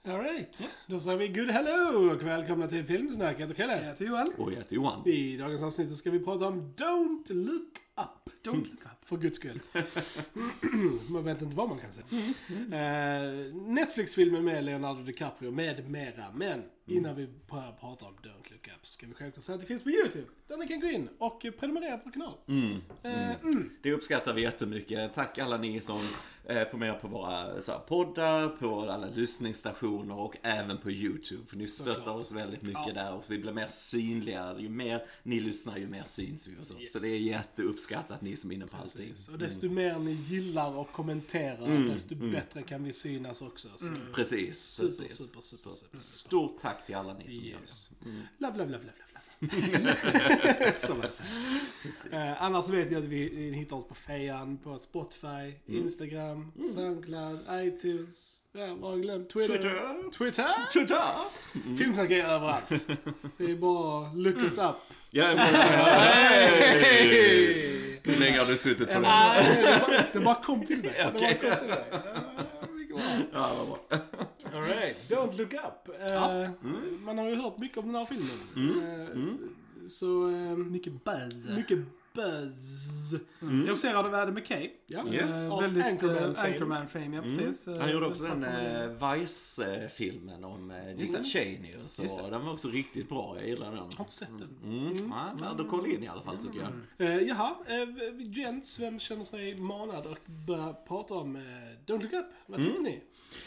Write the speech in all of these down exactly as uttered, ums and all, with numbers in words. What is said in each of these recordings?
All right. Då säger vi good hello och välkomna till Filmsnack. Jag heter Kalle. Jag heter Johan. Och jag heter Johan. I dagens avsnitt ska vi prata om Don't Look Up. Don't Look Up. För guds skull. Man vet inte vad man kan säga. Uh, Netflix-filmen med Leonardo DiCaprio med mera. Men innan vi börjar prata om Don't Look Up ska vi självklart säga att det finns på YouTube. Där ni kan gå in och prenumerera på kanalen. Mm. Uh, Mm. Mm. Det uppskattar vi jättemycket. Tack alla ni som eh, prenumererar på våra så här, poddar, på alla lyssningsstationer och även på YouTube. För ni stöttar Såklart. oss väldigt mycket ja. där och vi blir mer synliga. Ju mer ni lyssnar, ju mer syns vi och så. Yes. Så det är jätteuppskattat ni som är inne på allting. Och desto mm. mer ni gillar och kommenterar, mm. desto mm. bättre kan vi synas också. Så mm. Precis. Super, precis. super, super, super. Stort tack till alla ni som yes. gör det. Mm. Love, love, love, love, love. Som jag säger. Eh, annars vet jag att vi hittar oss på Fejan, på Spotify, mm. Instagram, mm. Soundcloud, iTunes, ja, vad har jag glömt? Twitter. Twitter. Twitter. Twitter. Mm. Filmsnack är överallt. Det är bara look us up. Ja, hey. Hur länge har du suttit på det? Nej, det, bara, det bara kom till mig. Okay. Det bara kom till mig. Ja, vad bra. All right, Don't Look Up. Ja. Uh, mm. Man har ju hört mycket om den här filmen. Mm. Uh, mm. Så uh, mycket buzz. Mycket buzz. Mm. Regisserad av Adam McKay. Ja. Yes. Uh, väldigt Anchorman, uh, fame. Anchorman fame, ja precis. Mm. Han gjorde också den uh, Vice-filmen om uh, Dick Cheney och så. Den var också riktigt bra, jag gillar den. Har inte sett den. Mm. Mm. Ja, men då kolla in i alla fall tycker mm. jag. Uh, jaha, uh, Jens, vem känner sig manad att börja prata om uh, Don't Look Up? Vad tyckte mm. ni?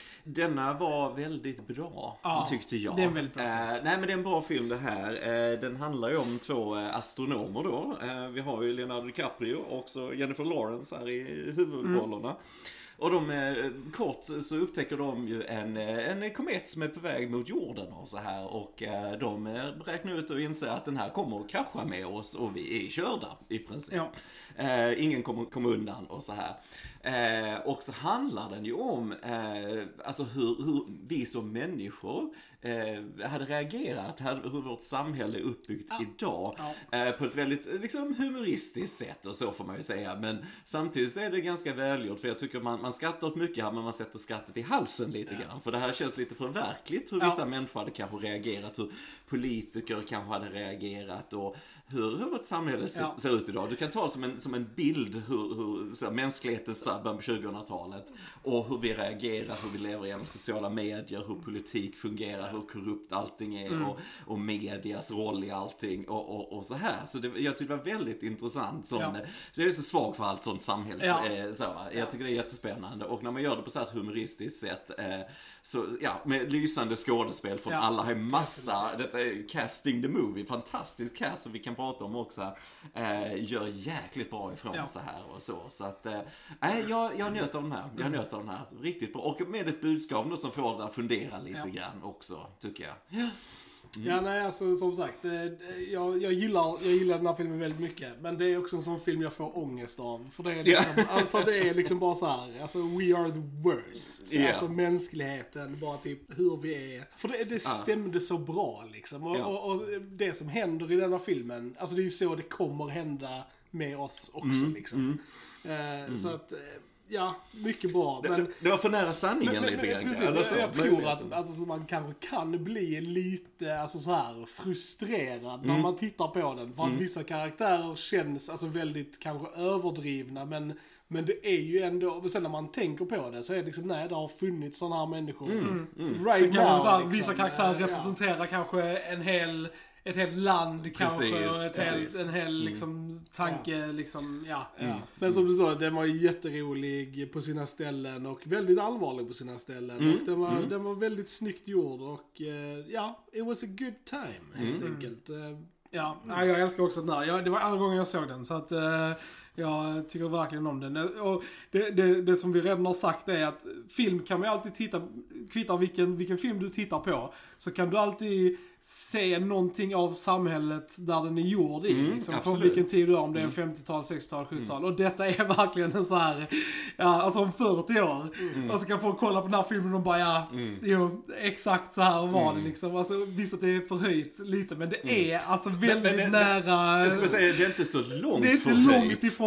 Denna var väldigt bra, ja, tyckte jag. Det är en väldigt bra film. Eh, nej men det är en bra film det här. Eh, den handlar ju om två eh, astronomer då. Eh, vi har ju Leonardo DiCaprio och också Jennifer Lawrence här i huvudrollerna. Mm. Och de, eh, kort så upptäcker de ju en, en komet som är på väg mot jorden och så här. Och eh, de räknar ut och inser att den här kommer att krascha med oss och vi är körda i princip. Ja. Eh, ingen kommer komma undan och så här. Eh, och så handlar den ju om eh, alltså hur, hur vi som människor eh, hade reagerat, hade, hur vårt samhälle är uppbyggt ja. idag. Ja. Eh, på ett väldigt liksom, humoristiskt sätt och så får man ju säga. Men samtidigt så är det ganska välgjort för jag tycker man, man skrattar åt mycket här men man sätter skrattet i halsen lite ja. grann. För det här känns lite för verkligt hur ja. vissa människor hade kanske reagerat, hur politiker kanske hade reagerat och hur, hur vårt samhälle ser, ja. ser ut idag. Du kan ta det som en, som en bild hur, hur så här, mänskligheten början på tjugohundratalet och hur vi reagerar, hur vi lever genom sociala medier, hur politik fungerar, hur korrupt allting är mm. och, och medias roll i allting och, och, och så här. Så det, jag tycker det var väldigt intressant. Sån, ja. Så jag är så svag för allt sånt samhälls... Ja. Eh, så, jag ja. tycker det är jättespännande och när man gör det på så här ett humoristiskt sätt eh, så ja, med lysande skådespel från ja. alla har massa, detta är casting the movie, fantastisk cast som vi kan prata om också eh, gör jäkligt bra ifrån ja. så här och så. Så att eh, jag, jag njöt av den här. Jag njöt av den här. Riktigt bra. Och med ett budskap då som får att fundera lite ja. grann också, tycker jag. Ja. Mm. Ja, nej, alltså som sagt jag, jag, gillar, jag gillar den här filmen väldigt mycket. Men det är också en sån film jag får ångest av. För det är liksom, yeah. för det är liksom bara så här, alltså we are the worst. Yeah. Alltså mänskligheten, bara typ hur vi är. För det, det stämde ah. så bra liksom. Och, yeah. och, och det som händer i den här filmen, alltså det är ju så det kommer hända med oss också mm. liksom. Mm. Uh, mm. Så att... Ja, mycket bra. Men, det, det var för nära sanningen men, lite grann. Precis, alltså, jag, jag tror att alltså, man kanske kan bli lite alltså, så här, frustrerad mm. när man tittar på den. För att mm. vissa karaktärer känns alltså, väldigt kanske överdrivna. Men, men det är ju ändå, sen när man tänker på det så är det liksom, nej, det har funnits sådana här människor. Mm. Mm. Right så kan now, man, så här, liksom, vissa karaktärer ja. representerar kanske en hel... Ett helt land precis, kanske och ett helt, en hel mm. liksom, tanke ja. liksom, ja. ja. Men som du sa, den var jätterolig på sina ställen och väldigt allvarlig på sina ställen. Mm. Och den var, mm. den var väldigt snyggt gjord och ja, it was a good time helt mm. enkelt. Ja, mm. jag älskar också den här. Jag, det var andra gången jag såg den så att uh, jag tycker verkligen om den. Och det, det, det som vi redan har sagt är att film kan man ju alltid titta, kvittar vilken, vilken film du tittar på, så kan du alltid se någonting av samhället där den är gjord i. Mm, liksom, från vilken tid du är, om det är mm. femtiotal, sextiotal, sjuttiotal. Mm. Och detta är verkligen en så här, ja, alltså om fyrtio år. Mm. Och så kan folk kolla på den här filmen och bara, ja, mm. jo, exakt så här var mm. det liksom. Alltså, visst att det är förhöjt lite, men det är mm. alltså väldigt men, men, nära... Jag skulle säga, det är inte så långt Det är inte förhöjt. långt ifrån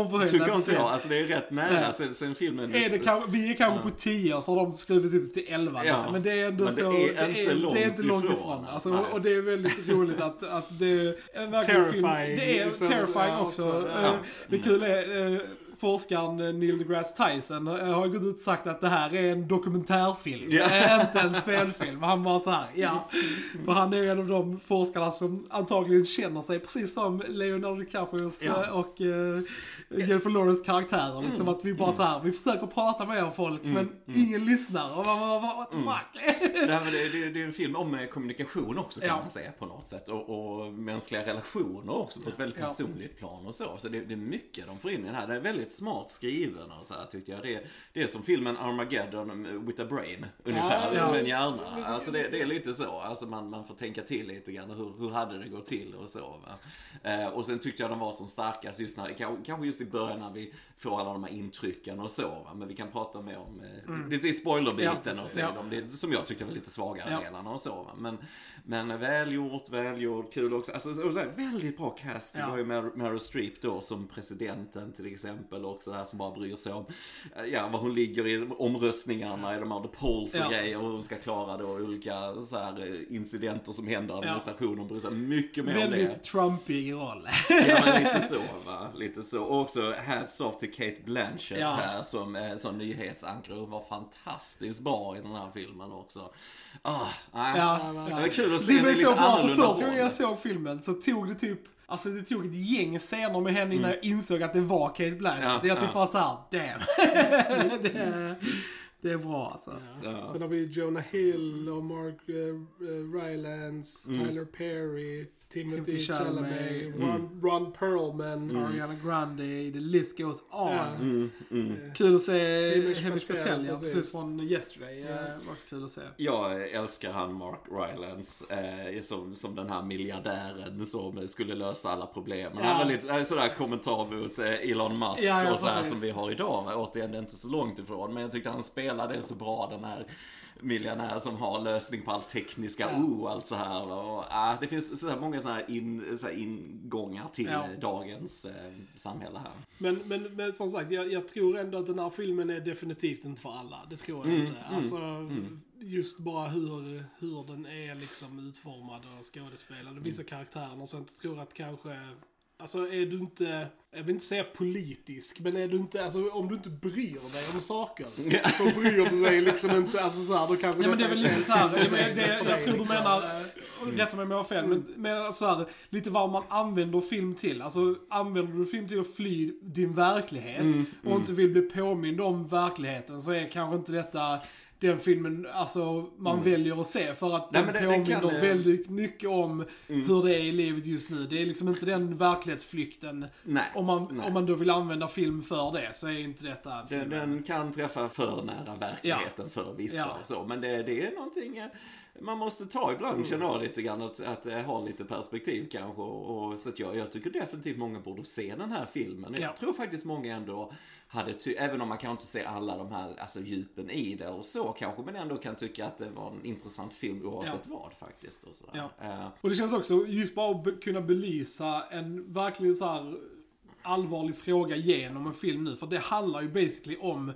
någon förhöjd Tycker inte jag. Alltså det är rätt nära sen, sen filmen. Är det kan, vi är kanske ja. på tio och så har de skrivit upp till elva. Ja. Liksom. Men det är ändå men det så. Är det, inte är, långt det är inte långt ifrån. ifrån. Alltså, och det är väldigt roligt att, att det är en verkligen film. Det är så, terrifying ja, också. också ja. Det kul är forskaren Neil deGrasse Tyson har gått ut och sagt att det här är en dokumentärfilm. Yeah. Inte en spelfilm. Han bara så här, ja. För han är en av de forskarna som antagligen känner sig precis som Leonardo DiCaprio ja. och uh, Jennifer Lawrence karaktärer. Liksom mm. att vi bara så här, vi försöker prata med folk mm. men mm. ingen lyssnar. Och man bara, what the fuck? Mm. det, det, det är en film om kommunikation också kan ja. man säga på något sätt. Och, och mänskliga relationer också på ett väldigt ja. personligt plan och så. Så det, det är mycket de får in i den här. Det är väldigt smart skriven och så här, tyckte jag. Det är, det är som filmen Armageddon with a brain, ungefär, ja, ja. med en hjärna. Alltså det, det är lite så. Alltså man, man får tänka till lite grann. Hur, hur hade det gått till och så. Va? Eh, och sen tyckte jag de var som starkast just när, kanske just i början när vi får alla de här intrycken och så. Va? Men vi kan prata mer om eh, mm. lite i spoilerbiten ja, och så. Ja. De, det, som jag tyckte var lite svagare ja. delarna och så. Va? Men, men välgjort, välgjort, kul också. Alltså så, så här, väldigt bra cast. Ja. Det var ju Mer- Meryl Streep då som presidenten till exempel också där som bara bryr sig om ja, vad hon ligger i omröstningarna i de här The Polls och ja. grejer och hon ska klara då olika så här, incidenter som händer i administrationen. Bryr sig mycket mer om det. Väldigt Trumpig roll. Ja, men lite så va. Lite så. Och också hats off till Cate Blanchett ja. här som, som nyhetsankare. Hon var fantastiskt bra i den här filmen också. Ah, nej. Ja, det var kul att se det, det lite annorlunda. Första gången jag såg filmen så tog det typ Alltså det tog ett gäng scener med henne innan mm. jag insåg att det var Cate Blanchett. Ja, jag typ ja. bara såhär, damn. det, är, det är bra alltså. Ja. Ja. Sen har vi Jonah Hill och Mark uh, Rylance, mm. Tyler Perry, Timothy, Timothy Chalamet, Ron, mm. Ron Perlman, mm. Ariana Grande, the list goes on. Ja. Mm. Mm. Kul att se Hamish Patel, ja, precis från Yesterday. Ja. Uh, var kul att se. Jag älskar han Mark Rylance eh, som, som den här miljardären som skulle lösa alla problem. Ja. Han var lite äh, sådär kommentar mot eh, Elon Musk ja, ja, och så här som vi har idag. Återigen, det är inte så långt ifrån, men jag tyckte han spelade så bra, den här miljonär som har lösning på allt tekniska ja. oh, allt så här. Och, ah, det finns så här många så här, in, så här ingångar till ja. dagens eh, samhälle här. Men, men, men som sagt, jag, jag tror ändå att den här filmen är definitivt inte för alla. Det tror jag mm, inte. Alltså, mm. just bara hur, hur den är liksom utformad och skådespelad. Vissa mm. karaktärer och sånt. Jag tror att kanske... Alltså är du inte, jag vill inte säga politisk, men är du inte, alltså om du inte bryr dig om saker, så bryr du dig liksom inte, alltså såhär, då kanske... Nej men det är väl lite såhär, det, det, jag tror du menar, rätta mig om jag har fel, men, men såhär, lite vad man använder film till. Alltså använder du film till att fly din verklighet mm, och mm. inte vill bli påmind om verkligheten, så är kanske inte detta... den filmen alltså man mm. väljer att se för att den påminner kan... väldigt mycket om mm. hur det är i livet just nu. Det är liksom inte den verklighetsflykten. Nej. Om man, Nej. om man då vill använda film för det, så är inte detta den, den kan träffa för nära verkligheten ja. för vissa ja. och så. Men det, det är någonting man måste ta ibland, mm. känna lite grann att, att ha lite perspektiv kanske. Och, och, så att jag, jag tycker definitivt många borde se den här filmen. Jag ja. tror faktiskt många ändå hade, ty- även om man kan inte se alla de här alltså, djupen i det och så kanske, men ändå kan tycka att det var en intressant film oavsett ja. vad faktiskt. Och, sådär. Ja. Uh. och det känns också, just bara att be- kunna belysa en verkligen så här allvarlig fråga genom en film nu, för det handlar ju basically om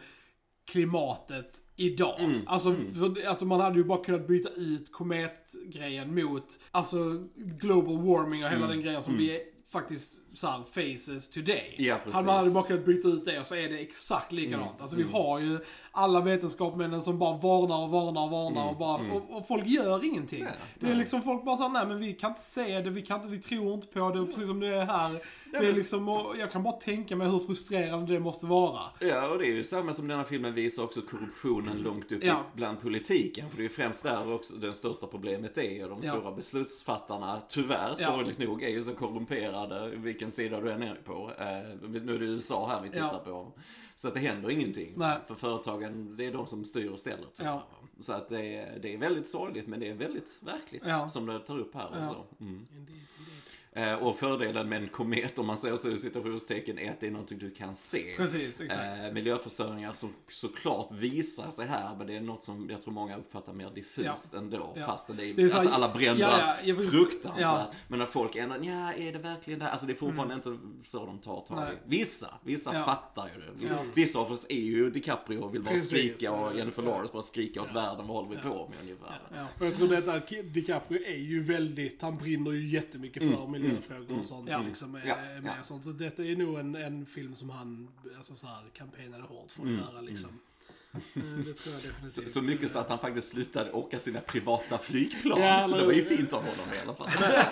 klimatet idag. Mm. Alltså, mm. För, alltså man hade ju bara kunnat byta ut kometgrejen mot alltså global warming och hela mm. den grejen som mm. vi är faktiskt såhär faces today. Ja, precis. Hade man hade bara kunnat byta ut det, och så är det exakt likadant. Mm. Alltså vi mm. har ju alla vetenskapsmännen som bara varnar och varnar och varnar mm. och bara mm. och, och folk gör ingenting. Nej, det är nej. liksom folk bara såhär, nej men vi kan inte se det, vi kan inte, vi tror inte på det, precis som det är här. Ja, det är liksom, och jag kan bara tänka mig hur frustrerande det måste vara. Ja, och det är ju samma som denna filmen visar också korruptionen långt upp ja. bland politiken. För det är ju främst där också det största problemet är ju de stora ja. beslutsfattarna, tyvärr, ja. sorgligt nog, är ju så korrumperade, vilken sida du är nere på. Eh, nu är det U S A här vi tittar ja. på. Så att det händer ingenting. Nej. För företagen, det är de som styr och ställer. Ja. Så att det är, det är väldigt sorgligt, men det är väldigt verkligt ja. som du tar upp här. Ja. Och så. Mm. Eh, och fördelen med en komet, om man säger så i situationstecken, är att det är något du kan se. Precis, exakt. Eh, miljöförstöringar som såklart visar sig här, men det är något som jag tror många uppfattar mer diffust ja. ändå. Ja. Fast det är, det är alltså, alla bränder ja, ja, fruktansvärt. Ja. Men när folk ändå, ja, är det verkligen det? Alltså det är fortfarande mm. inte så de tar tag i. Vissa, vissa ja. fattar ju det. Ja. Vissa av oss är ju DiCaprio och vill bara Precis. skrika och Jennifer ja. Lawrence bara skrika åt ja. världen. Vad håller vi ja. på med ungefär? Ja. Ja. Och jag tror att DiCaprio är ju väldigt, han brinner ju jättemycket för mm. miljöfrågor mm. och sånt. Ja. Liksom är, ja. är med ja. sånt. Så detta är nog en, en film som han alltså så här, kampanjade hårt för att mm. göra liksom. Mm. Det tror jag definitivt. Så, så mycket så att han faktiskt slutade åka sina privata flygplan. Ja, så det var ju fint av honom i alla fall.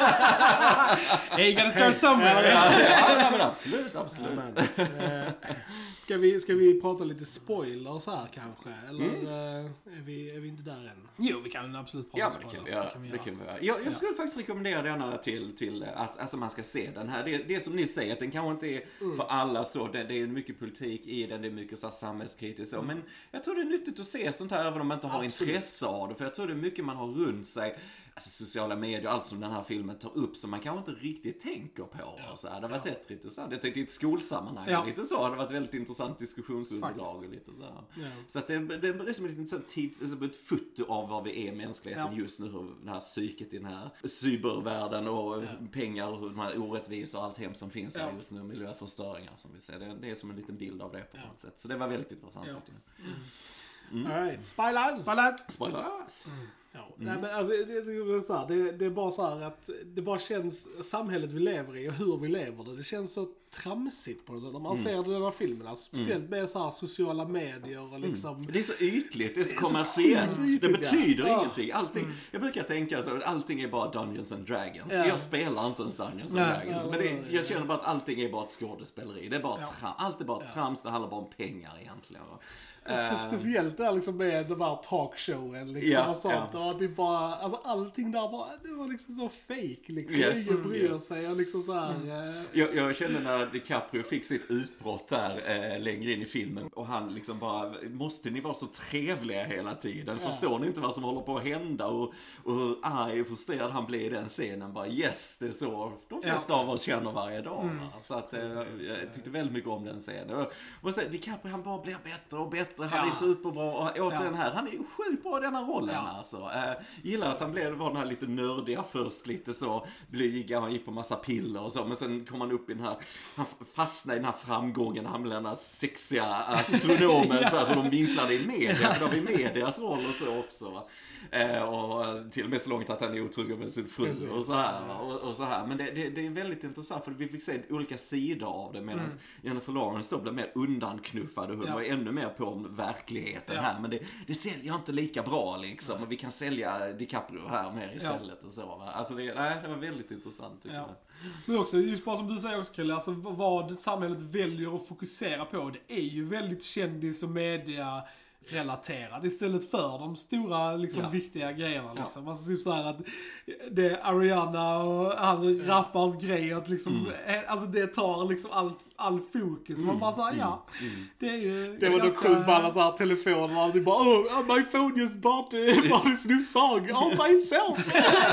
Hey, you gotta start somewhere. Ja, ja, ja, men absolut, absolut. Ja, men, äh, ska, vi, ska vi prata lite spoilers här kanske? Eller mm. äh, är, vi, är vi inte där än? Jo, vi kan absolut prata ja, spoilers. Ja, det kan vi göra. Det kan vi göra. Jag, jag skulle ja. faktiskt rekommendera denna till, till alltså, alltså man ska se den här. Det, det som ni säger, att den kanske inte är mm. för alla så. Det, det är mycket politik i den, det är mycket så samhällskritiskt så. Men jag tror det är nyttigt att se sånt här även om man inte har Absolut. intresse av det. För jag tror det är mycket man har runt sig. Alltså sociala medier, allt som den här filmen tar upp som man kanske inte riktigt tänker på. Ja. Och så här. Det har varit ja. rätt intressant. Jag tänkte i ett skolsammanhang ja. lite så. Det har varit väldigt intressant diskussionsunderlag och lite så här. Ja. Så att det, det, det är som ett intressant tids, alltså ett foto av vad vi är mänskligheten ja. just nu. Hur det här psyket i den här cybervärlden och ja. pengar och de här orättvisor och allt hemskt som finns ja. här just nu. Miljöförstöringar som vi ser. Det, det är som en liten bild av det på ja. något sätt. Så det var väldigt intressant. Ja. Mm. Mm. All right. Spoilers! Spoilers! Spoilers! Mm. Ja, mm. nej, men alltså, det, det, så här, det, det är bara så här att det bara känns samhället vi lever i och hur vi lever det. Det känns så tramsigt på något sätt. Om man mm. ser den här filmen, alltså, speciellt mm. med så här sociala medier och liksom... Mm. Det är så ytligt, det är så det är kommersiellt. Så ytligt, det betyder ja. ingenting. Allting, mm. Jag brukar tänka så att allting är bara Dungeons and Dragons. Ja. Jag spelar inte ens Dungeons and ja, Dragons. Ja, men det, jag känner bara att allting är bara ett skådespeleri. Det är bara ja. tram, allt är bara ja. trams, det handlar bara om pengar egentligen. Spe- speciellt där liksom med den här talkshowen liksom yeah, och sånt yeah. och det bara, alltså allting där bara, det var liksom så fake liksom, yes, ingen bryr yeah. sig och liksom så här. Mm. Jag, jag kände när DiCaprio fick sitt utbrott där eh, längre in i filmen och han liksom bara, måste ni vara så trevliga hela tiden? Yeah. Förstår ni inte vad som håller på att hända och, och hur arg och frustrerad han blev i den scenen? Bara yes, det är så de flesta yeah. av oss känner varje dag. Mm. Så att eh, jag tyckte väldigt mycket om den scenen. Och, och så, DiCaprio han bara blir bättre och bättre. Han ja. är superbra och återigen ja. här, han är ju sjukt bra i denna rollen ja. alltså. Äh, gillar att han blev, var den här lite nördiga först, lite så blyga, han gick på massa piller och så, men sen kom han upp i den här, han fastnade i den här framgången, han blev den här sexiga astronomen, ja. så här, hur de vinklade i media, för de är medias roll och så också. Eh, och till och med så långt att han är otrogen med sin fru och så här, och, och så här. Men det, det, det är väldigt intressant för vi fick se olika sidor av det medan mm. Jennifer Lawrence då blev mer undanknuffad och hon ja. var ännu mer på verkligheten ja. här. Men det, det säljer inte lika bra liksom, och vi kan sälja DiCaprio här mer istället ja. och så. Va? Alltså det, nej, det var väldigt intressant tycker ja. jag. Men också, just bara som du säger också Krille, alltså vad samhället väljer att fokusera på, det är ju väldigt kändis och media relaterat istället för de stora liksom ja. viktiga grejerna liksom. Ja. Alltså typ så här att det är Ariana och han ja. rappars grej att liksom mm. alltså det tar liksom all, all fokus. Mm. Man bara såhär, ja. Mm. Det är ju det var ganska... då sjukt på alla så här telefoner och det bara, oh, my phone just bought, bought this new song all by itself.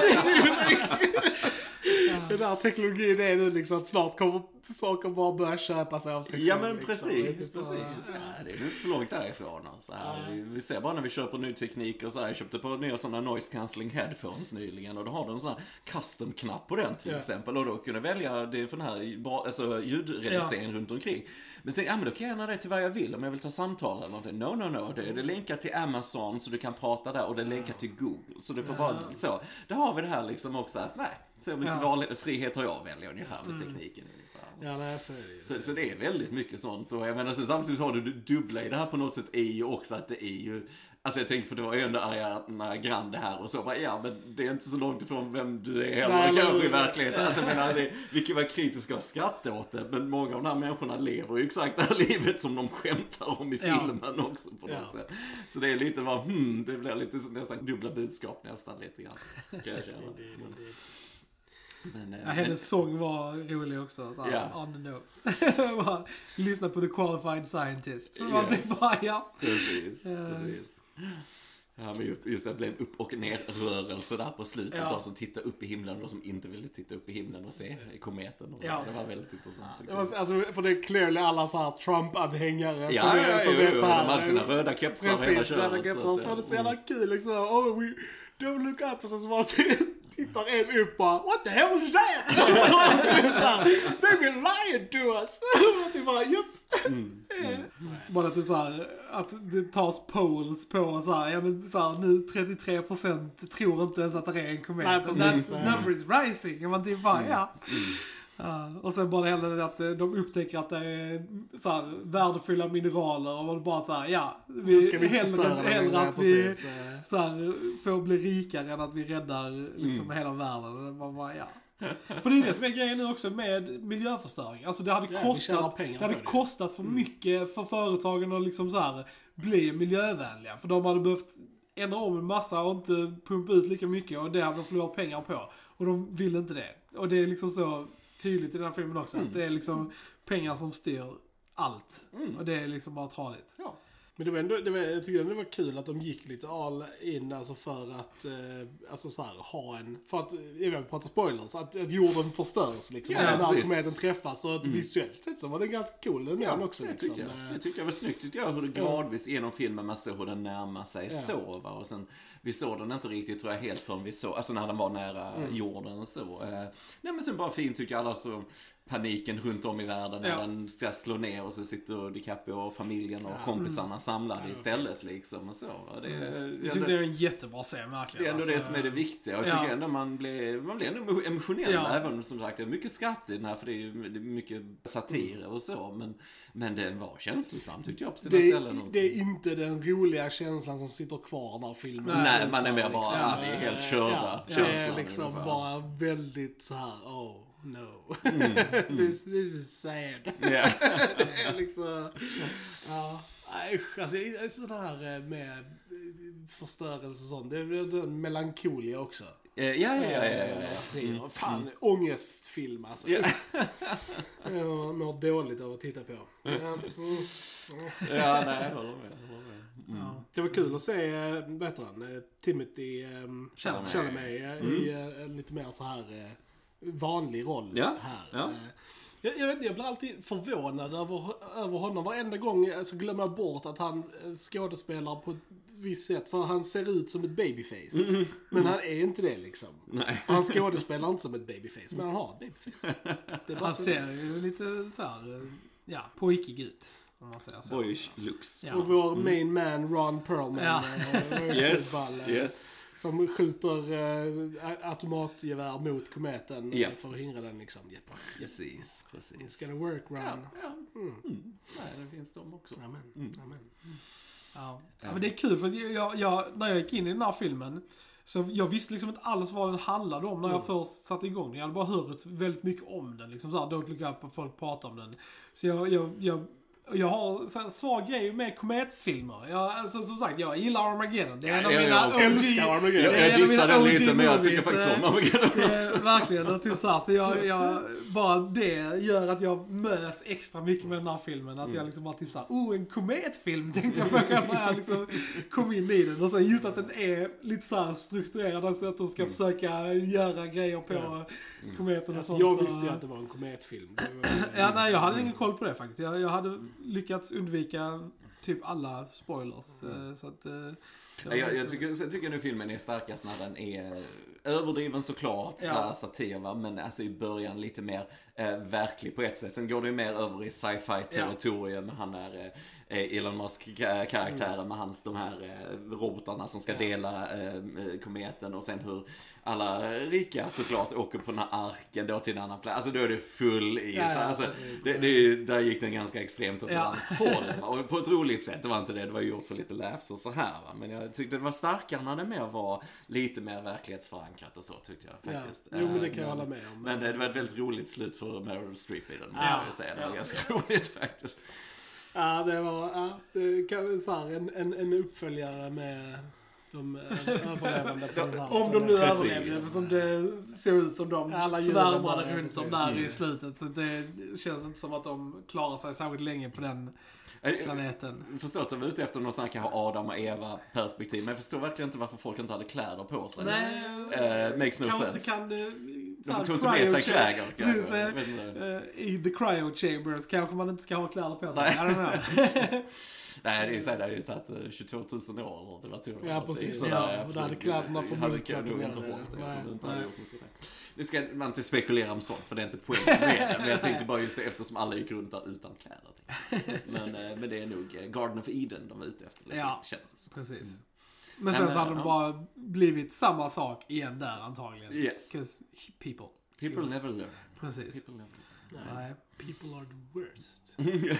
Ja. Den där teknologin är nu liksom att snart kommer saker bara börja köpa sig av sig. Ja men liksom. precis, precis. Ja, det är inte så långt därifrån. Så här, vi, vi ser bara när vi köper ny teknik och så här, jag köpte på nya sådana noise cancelling headphones nyligen och då har du en sån här custom-knapp på den till ja. exempel och då kunde välja det för den här alltså, ljudreducering ja. runt omkring. Men så ja men då kan jag gärna det till vad jag vill om jag vill ta samtal eller någonting. No, no, no. Det är det länkar till Amazon så du kan prata där och det länkar till Google. Så du får bara så. Då har vi det här liksom också att nej, så mycket ja. frihet har jag att välja ungefär med mm. tekniken. Ja, nej, så är det ju. Så, så det är väldigt mycket sånt. Och jag menar, sen samtidigt har du dubbla i det här på något sätt är ju också att det är ju... Alltså jag tänkte, för det var ju ändå Ariana Grande här och så. Bara, ja, men det är inte så långt ifrån vem du är heller nej, kanske i verkligheten. Alltså jag menar, det, vi kan vara kritiska och skratta åt det. Men många av de här människorna lever ju exakt det här livet som de skämtar om i ja. filmen också på något ja. sätt. Så det är lite vad, hmm, det blir lite nästan dubbla budskap nästan lite grann. Kan jag känna. Men, ja, hennes men... sång var rolig också så här, yeah. on the nose. Bara, lyssna på The Qualified Scientist så yes. var det bara, ja. Precis, uh. precis. Ja, men just det blev en upp- och ner-rörelse där på slutet. Ja. De som tittar upp i himlen och de som inte ville titta upp i himlen och se kometen. Och Ja. Det var väldigt intressant. Det var, alltså, för det är clearly alla så här Trump-anhängare. Ja, som är, ja, som ja, är ja, så de här, hade sina röda kepsar och hela precis, röda köret. kepsar. Så Så var det att, så jävla kul liksom. Oh, we don't look up. Och sen så bara tittar en upp och bara, what the hell is that? Så här, they've been lying to us. Och det bara, jupp. mm, mm. Bara att det, så här, att det tas polls på så här, ja men så här, nu trettiotre procent tror inte ens att det är en komet. Nej, And precis. that number is rising. Och man typ bara, ja. Ja, och sen bara hela det att de upptäcker att det är så här, värdefulla mineraler och man bara så här, ja, vi, Nu ska vi hellre, förstöra det, hellre ja, att vi precis. så här, får bli rikare än att vi räddar liksom hela världen. Och det bara, bara, ja. För det är det som är grejen nu också med miljöförstöring. Alltså det hade Ja, vi tjänar kostat, pengar det hade på det. kostat för mycket för företagen att liksom så här bli miljövänliga. För de hade behövt ändra om en massa och inte pumpa ut lika mycket och det hade de förlorat pengar på. Och de vill inte det. Och det är liksom så tydligt i den här filmen också. Mm. Att det är liksom pengar som styr allt. Mm. Och det är liksom bara tradigt. Ja. Men det var ändå, det var, jag tycker ändå det var kul att de gick lite all in alltså för att eh, alltså så här, ha en, för att, jag vet prata spoilers, att, att jorden förstörs liksom. Ja, när precis. kometen träffas och att visuellt sett så var det ganska cool den Ja, också det liksom. tycker jag. Eh, Det tycker jag var snyggt. Tyckte jag hur det gradvis genom filmen man såg hur den närmar sig Ja. så. Va? Och sen, vi såg den inte riktigt tror jag helt förrän vi såg, alltså när den var nära Mm. jorden så. Eh, nej men sen bara fint tycker jag alla så paniken runt om i världen när Ja. den ska slå ner och så sitter DiCaprio och familjen och Ja. kompisarna samlade Ja, istället liksom och så. Va? Det, är- Jag tyckte det är en jättebra scen verkligen. det är ändå Alltså, det som är det viktiga. Och jag ja. tycker ändå man blir, man blir ändå emotionell. Ja. Även som sagt, det är mycket skratt i den här. För det är ju det är mycket satir och så. Men, men den var känslosam tyckte jag på sina det, ställen. det är inte den roliga känslan som sitter kvar när filmen Nej, slutar, man är mer bara, liksom. ja, vi är helt körda, Ja, det känslan är liksom ungefär. bara väldigt så här, oh no. Mm, this, this is sad. Ja. Det är liksom, ja, nej, usch, alltså sådär med förstörelse och sånt, det är en melankolia också. Ja, ja, ja, ja, ja, ja. Mm. Fan, ångestfilm alltså. Ja. Jag mår dåligt av att titta på. Ja, mm. Ja, nej, jag håller med. Jag håller med. Mm. Ja. Det var kul att se, äh, vad heter han, äh, Timothy ähm, Chalamet. Chalamet äh, i äh, en lite mer så här äh, vanlig roll Ja, här. ja. Äh, jag, jag vet inte, jag blir alltid förvånad över, över honom. Varenda gång så glömmer jag bort att han äh, skådespelar på ett visst sätt. För han ser ut som ett babyface. Mm. Men han är inte det liksom. Nej. Han skådespelar inte som ett babyface, men han har ett babyface. Det är bara Han så. ser ju lite så här, ja, pojkig ut. Om man säger så. Boyish looks. Ja. Och vår main man Ron Perlman. Ja. äh, Yes, ball, äh, yes. Som skjuter äh, automatgevär mot kometen äh, Ja. för att hindra den liksom. Yep. Precis, It's precis. gonna work, Ron. Ja, ja. Mm. Mm. Nej, det finns de också. Amen. Mm. Amen. Ja. Ja, men det är kul för jag, jag, när jag gick in i den här filmen så jag visste liksom inte alls vad den handlade om när jag Mm. först satte igång den. Jag hade bara hört väldigt mycket om den. Liksom så här, Don't Look Up och folk pratar om den. Så jag, jag, jag, jag har så här svag grej med kometfilmer. Jag, alltså, som sagt, jag gillar Armageddon. Det är en av Ja, jag mina också. O G. Älskar Armageddon. det är Jag, en jag av dissar mina den O G lite men jag tycker movies, faktiskt om eh, Armageddon Det också. är verkligen, det är typ så här. Så jag, jag, bara det gör att jag mös extra mycket med den här filmen. Att jag liksom bara typ såhär, oh en kometfilm tänkte jag först när jag liksom kom in i den. Och sen just att den är lite så här strukturerad, alltså att de ska försöka göra grejer på Ja. kometen och Alltså, sånt. jag visste ju Och- att det var en kometfilm. Det var, Ja, nej, jag hade ingen koll på det faktiskt. Jag, jag hade lyckats undvika typ alla spoilers. eh, Så att, eh, det var Ja, jag, jag, liksom- tycker, sen tycker jag nu filmen är starkast när den är överdriven såklart, Ja. så här satir va? Men alltså i början lite mer eh, verklig på ett sätt. Sen går det ju mer över i sci-fi territorium. Han är eh, Elon Musk-karaktären Mm. med hans de här eh, robotarna som ska dela eh, kometen och sen hur alla rika såklart åker på den här arken då till en annan plats. Alltså då är det full i. Ja, ja, så, alltså, precis. det, det är ju, där gick den ganska extremt åt ett Ja. annat håll. va? Och på ett roligt sätt, det var inte det. Det var gjort för lite laughs och så här va. Men jag tyckte det var starkare när det mer var lite mer verklighetsförankrat och så tyckte jag ja. faktiskt. Jo, men det Eh, kan jag hålla med om. Men det var ett väldigt roligt slut för Meryl Streep i den, måste Ja. jag ju säga. Det var Ja. ganska roligt faktiskt. Ja, det var, ja, det kan väl så här, en, en, en uppföljare med de överlevande på den här. Om de nu Precis. överlevde, som det ser ut som de Alla djuren svärmade där, runt dem precis. där i slutet. Så det känns inte som att de klarar sig särskilt länge på den planeten. Jag förstår att de var ute efter någon sån här kanske Adam och Eva perspektiv, men jag förstår verkligen inte varför folk inte hade kläder på sig. Nej, uh, makes no kanske sense. inte kan... De tog inte med sig kläder. Precis, uh, I the cryo chambers kanske man inte ska ha kläder på sig. I don't know. Nej, det är ju så här, det har ju tagit tjugotvåtusen år eller vad tror jag. Ja, precis. Så, Ja, ja, och där hade kläderna hade förmultnat nog med inte det. hållit det. Nej, Jag inte nej. hade gjort det. Nu ska man inte spekulera om sånt, för det är inte poängen med det. Men jag tänkte bara just det, eftersom alla gick runt där utan kläder. Men, eh, men det är nog eh, Garden of Eden de var ute efter. Lite, Ja, känns det som. precis. Mm. Men sen Men, så hade ja. de bara blivit samma sak igen där antagligen. Yes. 'Cause people. People never learn. Precis. People never Nej. Nej. People are the worst. learn.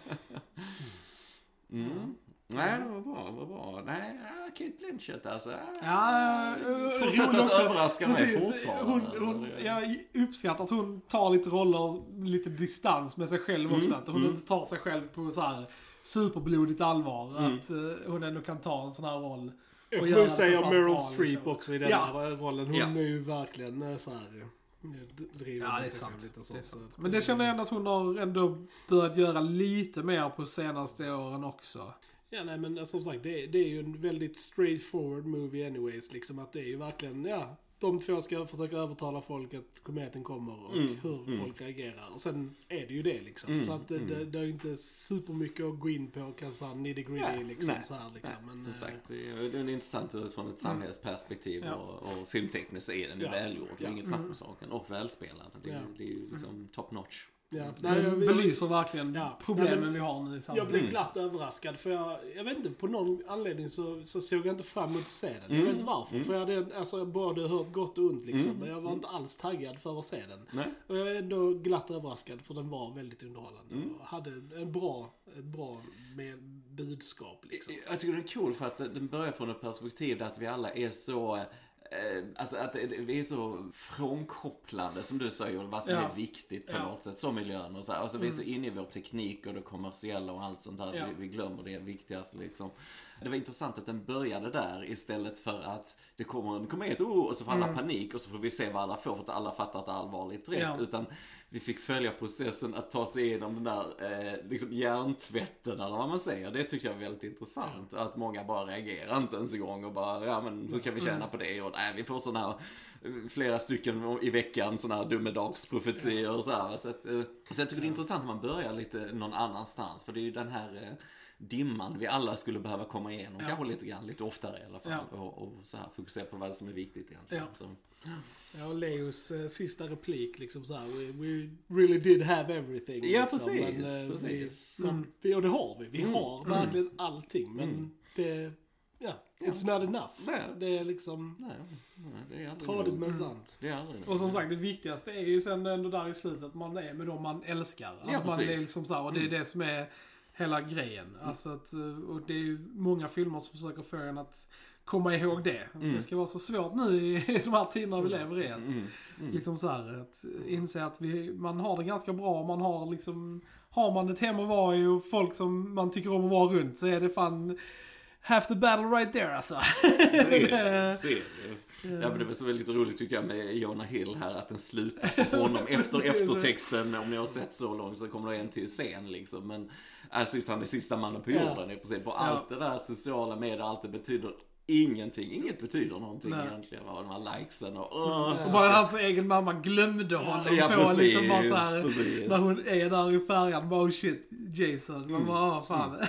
mm. Nej, det var bra, det var bra. Nej, ja, Kate Blanchett alltså. Ja, Fortsätter att överraska mig precis. fortfarande. Hon, hon, jag uppskattar att hon tar lite roller, lite distans med sig själv också. Mm, Att hon mm. inte tar sig själv på så här superblodigt allvar. Mm. Att uh, hon ändå kan ta en sån här roll. Jag Och får göra ju det så säga pass Meryl bra, Streep liksom. också i den Ja. här rollen. Hon Ja. är ju verkligen eh, så här eh, d- driver Ja, det är med sig sant. själv lite så. Det är så sant. att, Men det känner jag ändå att hon har ändå börjat göra lite mer på senaste åren också. Ja, nej, men som sagt, det, det är ju en väldigt straightforward movie anyways. Liksom att det är ju verkligen, ja, de två ska försöka övertala folk att kometen kommer och Mm, hur mm. folk reagerar. Och sen är det ju det liksom. Mm, så att det, mm. det, det är ju inte supermycket att gå in på, kanske nitty gritty Nej, liksom. nej, Så här, liksom. Nej, Men, som eh, sagt, det är, det är intressant utifrån ett samhällsperspektiv Ja. och, och filmtekniskt så är den ju Ja. välgjord. Det är Ja. inget snack Mm. med saken. Och välspelad. Det, är- Ja. det är ju liksom top notch. ja. Den Nej, jag, jag, belyser verkligen Ja. problemen Ja, men- vi har nu i jag samhället. blev glatt överraskad för jag, jag vet inte, på någon anledning så, så såg jag inte fram emot att se den. Jag Mm. vet inte varför. Mm. För jag hade alltså, både hört gott och ont liksom. Mm. Men jag var inte alls taggad för att se den. Nej? Och jag är ändå glatt överraskad för den var väldigt underhållande. Mm. Och hade en bra, ett bra med budskap liksom. Jag tycker den är cool för att den börjar från ett perspektiv där att vi alla är så... Eh, alltså att det- vi är så frånkopplade som du säger, vad som Ja. är viktigt på Ja. något sätt, som miljön och så här. Alltså vi är så Mm. inne i vår teknik och det kommersiella och allt sånt där. Ja. Vi, vi glömmer det viktigaste liksom. Det var intressant att den började där istället för att det kommer en komet oh, och så får alla Mm. panik och så får vi se vad alla får för att alla fattar att det är allvarligt rätt. Ja. Utan vi fick följa processen att ta sig igenom den där eh, liksom hjärntvätten eller vad man säger. Det tycker jag är väldigt intressant. Att många bara reagerar inte ens en gång och bara, ja men hur kan vi tjäna Mm. på det? Och nej, vi får sådana här eh, flera stycken i veckan, sådana här domedagsprofetier och så här. Så, att, eh, så jag tycker det är intressant när man börjar lite någon annanstans. För det är ju den här eh, dimman vi alla skulle behöva komma igenom. Ja. Kanske lite grann, lite oftare i alla fall. Ja. Och, och så här fokusera på vad som är viktigt egentligen. Ja. Så. Ja, och Leos eh, sista replik liksom så här, we, we really did have everything. Ja, liksom. precis, Men, eh, precis. Vi, man, vi, och det har vi. Vi Mm. har Mm. verkligen allting. Men Mm. det, ja, it's not enough. Nej. Det är liksom Nej, nej, det är aldrig tradigt nog. men Mm. sant. Det är aldrig nog. Och som sagt, det viktigaste är ju sen ändå där i slutet att man är med dem man älskar. Alltså Ja, man är precis. liksom så här, och det är det som är hela grejen. Alltså att, och det är ju många filmer som försöker få en att komma ihåg det. Mm. Det ska vara så svårt nu i de här tiderna vi lever i. Att, Mm. Mm. liksom så här, att inse att vi, man har det ganska bra. Man har liksom, har man ett hem att vara i och folk som man tycker om att vara runt, så är det fan half the battle right there alltså. Så är det. Så är det. Ja, men det var så väldigt roligt tycker jag med Jonah Hill här, att den slutar på honom efter eftertexten. Om ni har sett så långt så kommer det en till scen liksom. Men alltså just han är sista mannen på jorden i princip. Och allt det där sociala medier, allt det betyder ingenting. Inget betyder någonting Nej. egentligen. Va? De här likesen och... åh, Och bara hans egen mamma glömde honom Ja, på precis, liksom bara så här, precis. när hon är där i färjan, bara oh shit, Jason. Man bara, ah, fan.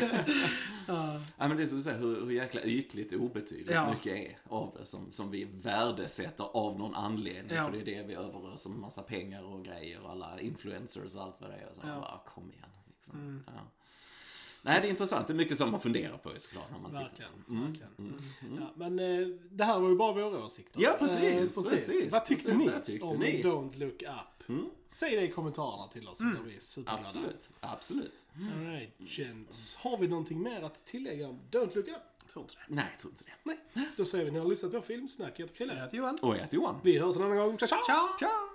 Ja. Ja, men det är som du säger, hur, hur jäkla ytligt och obetydligt Ja. mycket är av det som, som vi värdesätter av någon anledning. Ja. För det är det vi överöser med massa pengar och grejer och alla influencers och allt vad det är. Så Ja. bara, kom igen. Liksom. Mm. Ja. Nej, det är intressant. Det är mycket som man funderar på såklart när man Verkligen. tittar. Mm. verkligen. Mm. Mm. Ja, men eh, det här var ju bara våra åsikter. Ja, precis, Eh, precis. precis. Vad tyckte Precis, ni vad tyckte om ni? Don't Look Up? Mm. Säg det i kommentarerna till oss. Mm. Vi är superglada. Absolut, absolut. All right, gents. Har vi någonting mer att tillägga om Don't Look Up? Tror inte det. Nej, jag tror inte det. Nej. Då säger vi ni har lyssnat på Filmsnack. Jag heter Chrille. Jag heter Johan. Och jag heter Johan. Vi hörs en annan gång. Ciao, ciao! Ciao! Ciao!